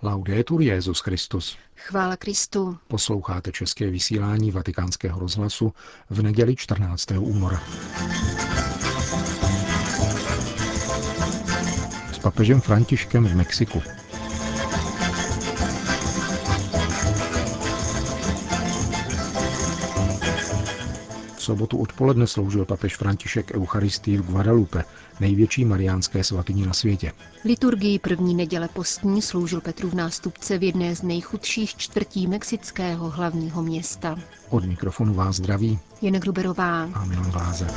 Laudetur Jesus Christus. Chvála Kristu. Posloucháte české vysílání Vatikánského rozhlasu v neděli 14. února. S papežem Františkem v Mexiku. V sobotu odpoledne sloužil papež František Eucharistii v Guadalupe, největší mariánské svatyni na světě. Liturgii první neděle postní sloužil Petrův nástupce v jedné z nejchudších čtvrtí mexického hlavního města. Od mikrofonu vás zdraví Jana Gruberová a Milan Glázer.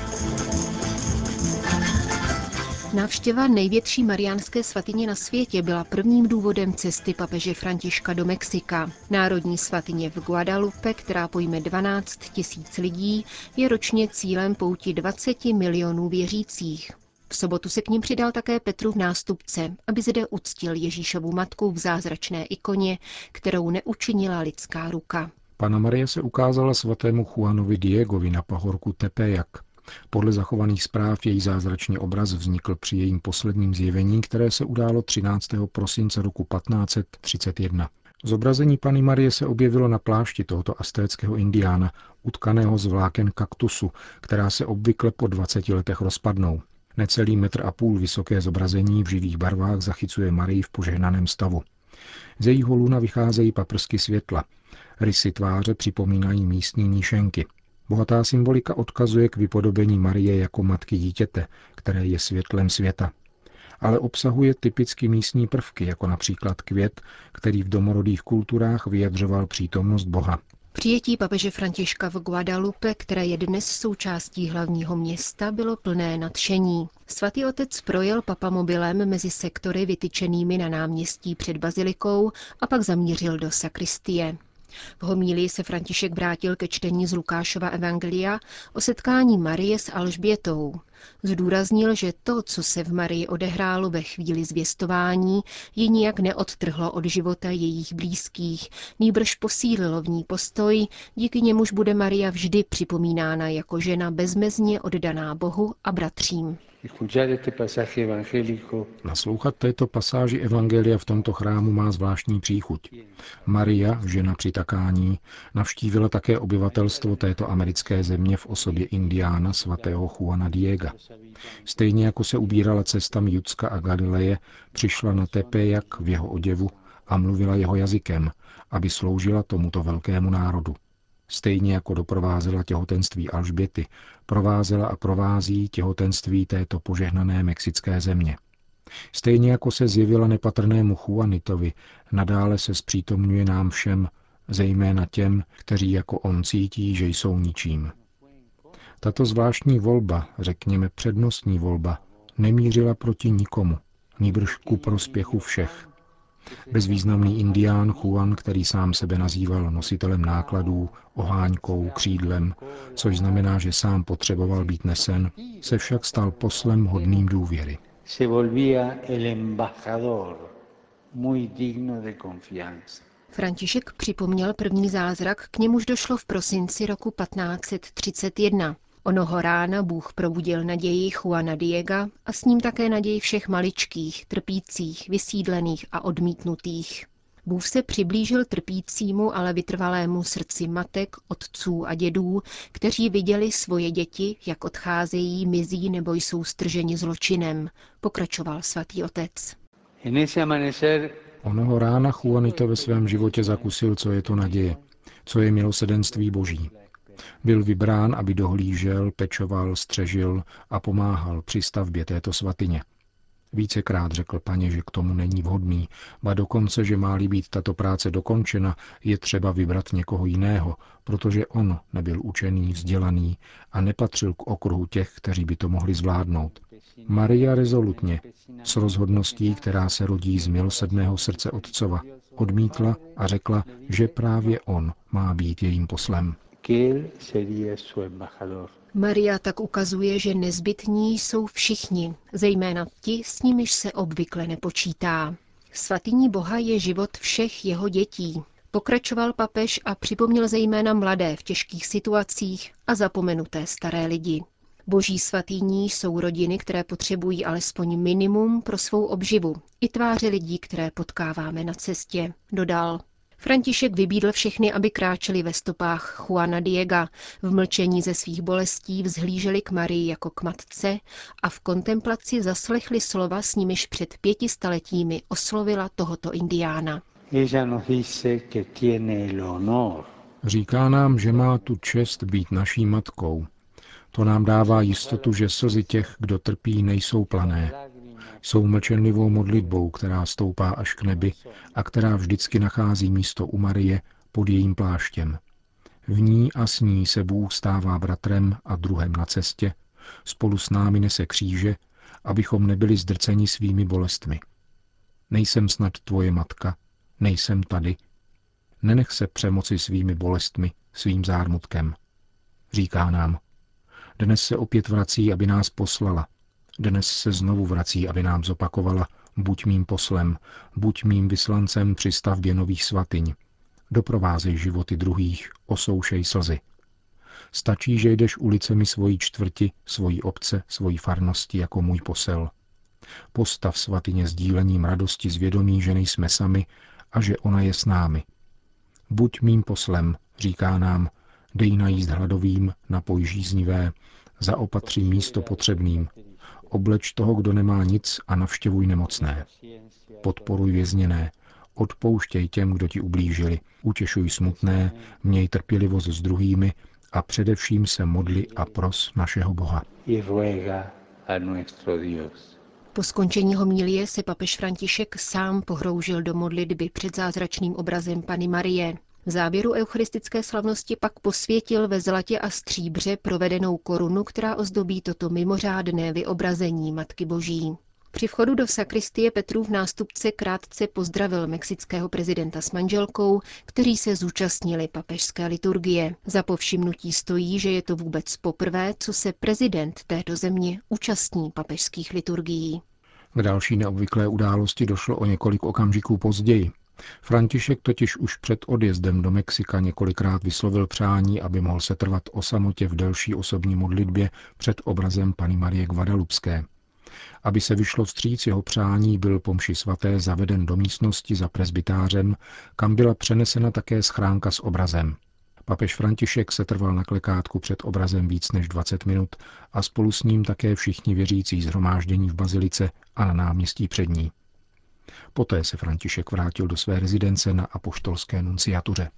Návštěva největší mariánské svatyně na světě byla prvním důvodem cesty papeže Františka do Mexika. Národní svatyně v Guadalupe, která pojme 12 000 lidí, je ročně cílem pouti 20 milionů věřících. V sobotu se k ním přidal také Petrův nástupce, aby zde uctil Ježíšovu matku v zázračné ikoně, kterou neučinila lidská ruka. Panna Marie se ukázala svatému Juanovi Diegovi na pahorku Tepeyac. Podle zachovaných zpráv její zázračný obraz vznikl při jejím posledním zjevení, které se událo 13. prosince roku 1531. Zobrazení Panny Marie se objevilo na plášti tohoto aztéckého indiána, utkaného z vláken kaktusu, která se obvykle po 20 letech rozpadnou. Necelý 1,5 metru vysoké zobrazení v živých barvách zachycuje Marii v požehnaném stavu. Z jejího luna vycházejí paprsky světla. Rysy tváře připomínají místní níšenky. Bohatá symbolika odkazuje k vypodobení Marie jako matky dítěte, které je světlem světa. Ale obsahuje typicky místní prvky, jako například květ, který v domorodých kulturách vyjadřoval přítomnost Boha. Přijetí papeže Františka v Guadalupe, které je dnes součástí hlavního města, bylo plné nadšení. Svatý otec projel papamobilem mezi sektory vytyčenými na náměstí před bazilikou a pak zamířil do sakristie. V homílii se František vrátil ke čtení z Lukášova evangelia o setkání Marie s Alžbětou. Zdůraznil, že to, co se v Marii odehrálo ve chvíli zvěstování, ji nijak neodtrhlo od života jejich blízkých, nýbrž posílilo v ní postoj, díky němuž bude Maria vždy připomínána jako žena bezmezně oddaná Bohu a bratřím. Naslouchat této pasáži evangelia v tomto chrámu má zvláštní příchuť. Maria, žena přitakání, navštívila také obyvatelstvo této americké země v osobě indiána svatého Juana Diega. Stejně jako se ubírala cestami Judska a Galileje, přišla na Tepeyac v jeho oděvu a mluvila jeho jazykem, aby sloužila tomuto velkému národu. Stejně jako doprovázela těhotenství Alžběty, provázela a provází těhotenství této požehnané mexické země. Stejně jako se zjevila nepatrnému Juanitovi, nadále se zpřítomňuje nám všem, zejména těm, kteří jako on cítí, že jsou ničím. Tato zvláštní volba, řekněme přednostní volba, nemířila proti nikomu, nýbrž ku prospěchu všech. Bezvýznamný indián Juan, který sám sebe nazýval nositelem nákladů, oháňkou, křídlem, což znamená, že sám potřeboval být nesen, se však stal poslem hodným důvěry. František připomněl první zázrak, k němuž došlo v prosinci roku 1531. Onoho rána Bůh probudil naději Juana Diega a s ním také naději všech maličkých, trpících, vysídlených a odmítnutých. Bůh se přiblížil trpícímu, ale vytrvalému srdci matek, otců a dědů, kteří viděli svoje děti, jak odcházejí, mizí nebo jsou strženi zločinem, pokračoval svatý otec. Onoho rána Juanito ve svém životě zakusil, co je to naděje, co je milosedenství Boží. Byl vybrán, aby dohlížel, pečoval, střežil a pomáhal při stavbě této svatyně. Vícekrát řekl Paně, že k tomu není vhodný, ba dokonce, že má-li být tato práce dokončena, je třeba vybrat někoho jiného, protože on nebyl učený, vzdělaný a nepatřil k okruhu těch, kteří by to mohli zvládnout. Maria rezolutně, s rozhodností, která se rodí z milosrdného srdce Otcova, odmítla a řekla, že právě on má být jejím poslem. Maria tak ukazuje, že nezbytní jsou všichni, zejména ti, s nimiž se obvykle nepočítá. Svatyní Boha je život všech jeho dětí. Pokračoval papež a připomněl zejména mladé v těžkých situacích a zapomenuté staré lidi. Boží svatýní jsou rodiny, které potřebují alespoň minimum pro svou obživu, i tváře lidí, které potkáváme na cestě, dodal. František vybídl všechny, aby kráčeli ve stopách Juana Diega, v mlčení ze svých bolestí vzhlíželi k Marii jako k matce a v kontemplaci zaslechli slova, s nimiž před 500 letími oslovila tohoto indiána. Říká nám, že má tu čest být naší matkou. To nám dává jistotu, že slzy těch, kdo trpí, nejsou plané. Jsou mlčenlivou modlitbou, která stoupá až k nebi a která vždycky nachází místo u Marie pod jejím pláštěm. V ní a s ní se Bůh stává bratrem a druhem na cestě, spolu s námi nese kříže, abychom nebyli zdrceni svými bolestmi. Nejsem snad tvoje matka, nejsem tady. Nenech se přemoci svými bolestmi, svým zármutkem. Říká nám. Dnes se opět vrací, aby nás poslala. Dnes se znovu vrací, aby nám zopakovala, buď mým poslem, buď mým vyslancem při stavbě nových svatyň. Doprovázej životy druhých, osoušej slzy. Stačí, že jdeš ulicemi svojí čtvrti, svojí obce, svojí farnosti jako můj posel. Postav svatyně sdílením radosti z vědomí, že nejsme sami a že ona je s námi. Buď mým poslem, říká nám, dej najíst hladovým, napoj žíznivé, zaopatři místo potřebným, obleč toho, kdo nemá nic a navštěvuj nemocné. Podporuj vězněné, odpouštěj těm, kdo ti ublížili, utěšuj smutné, měj trpělivost s druhými a především se modli a pros našeho Boha. Po skončení homilie se papež František sám pohroužil do modlitby před zázračným obrazem Panny Marie. V závěru eucharistické slavnosti pak posvětil ve zlatě a stříbře provedenou korunu, která ozdobí toto mimořádné vyobrazení Matky Boží. Při vchodu do sakristie Petrův nástupce krátce pozdravil mexického prezidenta s manželkou, kteří se zúčastnili papežské liturgie. Za povšimnutí stojí, že je to vůbec poprvé, co se prezident této země účastní papežských liturgií. K další neobvyklé události došlo o několik okamžiků později. František totiž už před odjezdem do Mexika několikrát vyslovil přání, aby mohl setrvat o samotě v delší osobní modlitbě před obrazem Panny Marie Guadalupské. Aby se vyšlo vstříc jeho přání, byl po mši svaté zaveden do místnosti za presbytářem, kam byla přenesena také schránka s obrazem. Papež František setrval na klekátku před obrazem víc než 20 minut a spolu s ním také všichni věřící shromáždění v bazilice a na náměstí před ní. Poté se František vrátil do své rezidence na apoštolské nunciatuře.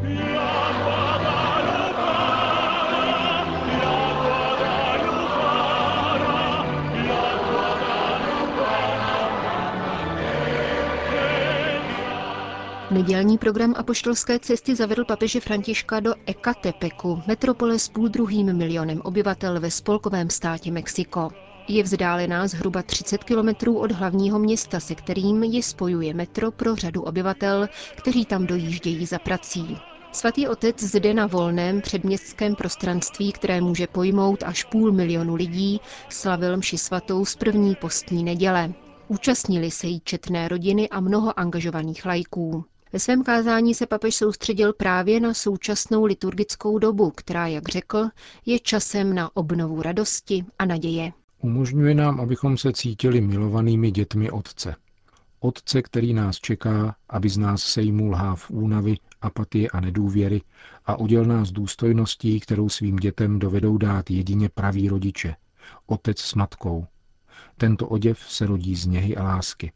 Nedělní program apoštolské cesty zavedl papeže Františka do Ecatepecu, metropole s 1,5 milionem obyvatel ve spolkovém státě Mexiko. Je vzdálená zhruba 30 kilometrů od hlavního města, se kterým ji spojuje metro pro řadu obyvatel, kteří tam dojíždějí za prací. Svatý otec zde na volném předměstském prostranství, které může pojmout až 500 000 lidí, slavil mši svatou z první postní neděle. Účastnili se jí četné rodiny a mnoho angažovaných laiků. Ve svém kázání se papež soustředil právě na současnou liturgickou dobu, která, jak řekl, je časem na obnovu radosti a naděje. Umožňuje nám, abychom se cítili milovanými dětmi Otce. Otce, který nás čeká, aby z nás sejmul háv únavy, apatie a nedůvěry a uděl nás důstojností, kterou svým dětem dovedou dát jedině praví rodiče, otec s matkou. Tento oděv se rodí z něhy a lásky.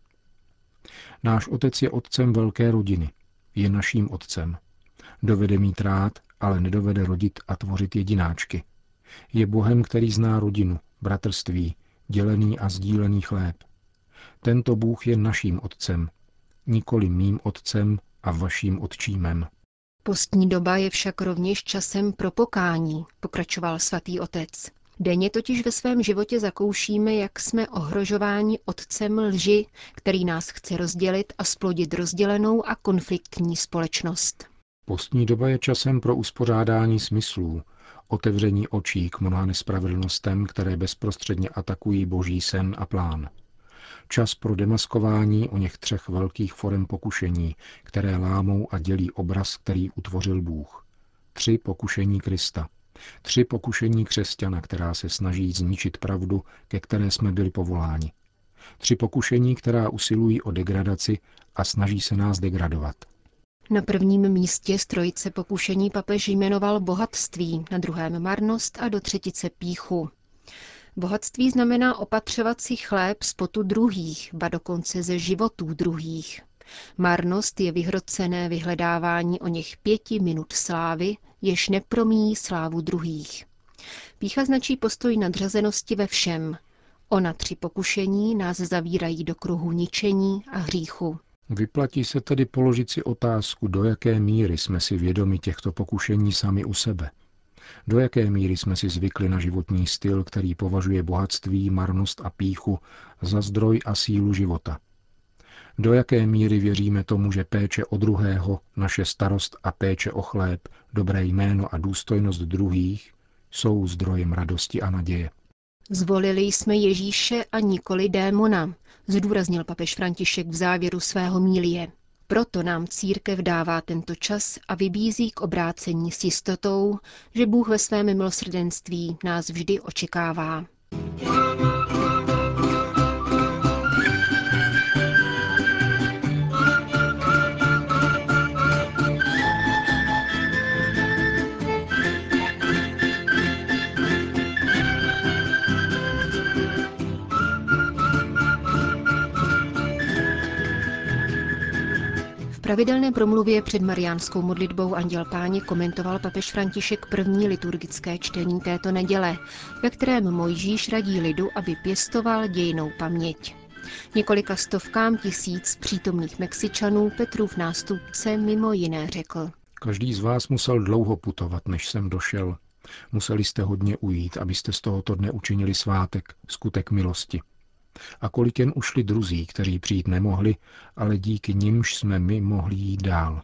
Náš otec je otcem velké rodiny, je naším otcem. Dovede mít rád, ale nedovede rodit a tvořit jedináčky. Je Bohem, který zná rodinu, bratrství, dělený a sdílený chléb. Tento Bůh je naším otcem, nikoli mým otcem a vaším otčímem. Postní doba je však rovněž časem pro pokání, pokračoval svatý otec. Denně totiž ve svém životě zakoušíme, jak jsme ohrožováni otcem lži, který nás chce rozdělit a splodit rozdělenou a konfliktní společnost. Postní doba je časem pro uspořádání smyslů, otevření očí k mnoha nespravedlnostem, které bezprostředně atakují boží sen a plán. Čas pro demaskování o něch 3 velkých forem pokušení, které lámou a dělí obraz, který utvořil Bůh. 3 pokušení Krista. 3 pokušení křesťana, která se snaží zničit pravdu, ke které jsme byli povoláni. 3 pokušení, která usilují o degradaci a snaží se nás degradovat. Na prvním místě z trojice pokušení papež jmenoval bohatství, na druhém marnost a do třetice pýchu. Bohatství znamená opatřovat si chléb z potu druhých, ba dokonce ze životů druhých. Marnost je vyhrocené vyhledávání o něch 5 minut slávy, jež nepromíjí slávu druhých. Pýcha značí postoj nadřazenosti ve všem. Ona 3 pokušení nás zavírají do kruhu ničení a hříchu. Vyplatí se tedy položit si otázku, do jaké míry jsme si vědomi těchto pokušení sami u sebe. Do jaké míry jsme si zvykli na životní styl, který považuje bohatství, marnost a pýchu za zdroj a sílu života. Do jaké míry věříme tomu, že péče o druhého, naše starost a péče o chléb, dobré jméno a důstojnost druhých jsou zdrojem radosti a naděje. Zvolili jsme Ježíše a nikoli démona, zdůraznil papež František v závěru svého mílie. Proto nám církev dává tento čas a vybízí k obrácení s jistotou, že Bůh ve svém milosrdenství nás vždy očekává. V pravidelné promluvě před mariánskou modlitbou Anděl Páně komentoval papež František první liturgické čtení této neděle, ve kterém Mojžíš radí lidu, aby pěstoval dějinnou paměť. Několika stovkám tisíc přítomných Mexičanů Petrův nástupce mimo jiné řekl: Každý z vás musel dlouho putovat, než jsem došel. Museli jste hodně ujít, abyste z tohoto dne učinili svátek, skutek milosti. A kolik jen ušli druzí, kteří přijít nemohli, ale díky nimž jsme my mohli jít dál.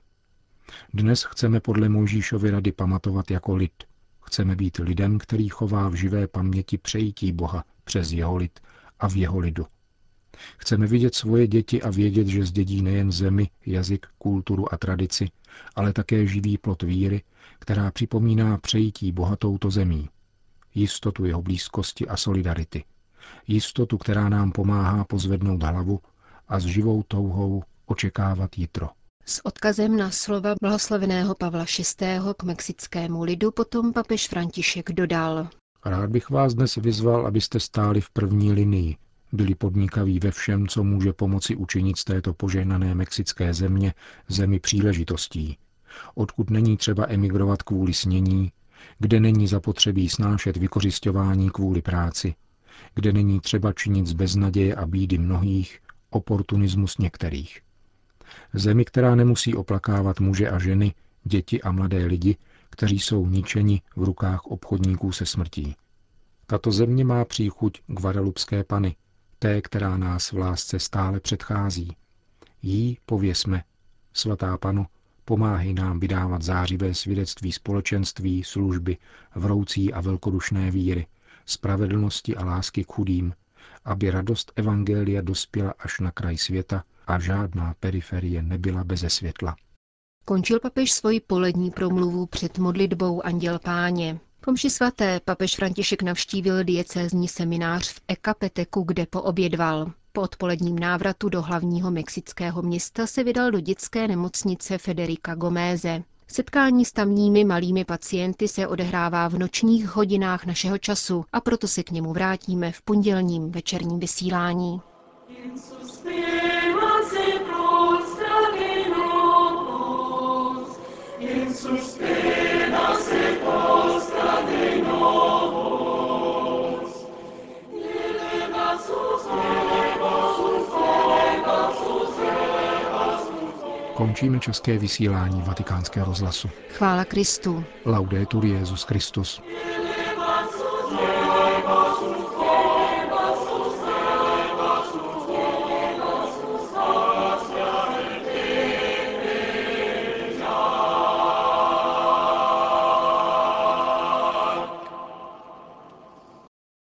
Dnes chceme podle Mojžíšovy rady pamatovat jako lid. Chceme být lidem, který chová v živé paměti přejítí Boha přes jeho lid a v jeho lidu. Chceme vidět svoje děti a vědět, že zdědí nejen zemi, jazyk, kulturu a tradici, ale také živý plod víry, která připomíná přejítí Boha touto zemí. Jistotu jeho blízkosti a solidarity. Jistotu, která nám pomáhá pozvednout hlavu a s živou touhou očekávat jitro. S odkazem na slova blahoslaveného Pavla VI. K mexickému lidu potom papež František dodal: Rád bych vás dnes vyzval, abyste stáli v první linii, byli podnikaví ve všem, co může pomoci učinit z této požehnané mexické země zemi příležitostí, odkud není třeba emigrovat kvůli snění, kde není zapotřebí snášet vykořisťování kvůli práci, kde není třeba činit z beznaděje a bídy mnohých oportunismus některých. Zemi, která nemusí oplakávat muže a ženy, děti a mladé lidi, kteří jsou ničeni v rukách obchodníků se smrtí. Tato země má příchuť Guadalupské Panny, té, která nás v lásce stále předchází. Jí pověsme: Svatá Pano, pomáhej nám vydávat zářivé svědectví společenství, služby, vroucí a velkodušné víry, spravedlnosti a lásky k chudým, aby radost evangelia dospěla až na kraj světa a žádná periferie nebyla beze světla. Končil papež svoji polední promluvu před modlitbou Anděl Páně. Po mši svaté papež František navštívil diecézní seminář v Ecapeteku, kde poobědval. Po odpoledním návratu do hlavního mexického města se vydal do dětské nemocnice Federica Goméze. Setkání s tamními malými pacienty se odehrává v nočních hodinách našeho času a proto se k němu vrátíme v pondělním večerním vysílání. Končíme české vysílání Vatikánského rozhlasu. Chvála Kristu. Laudetur Jesus Christus.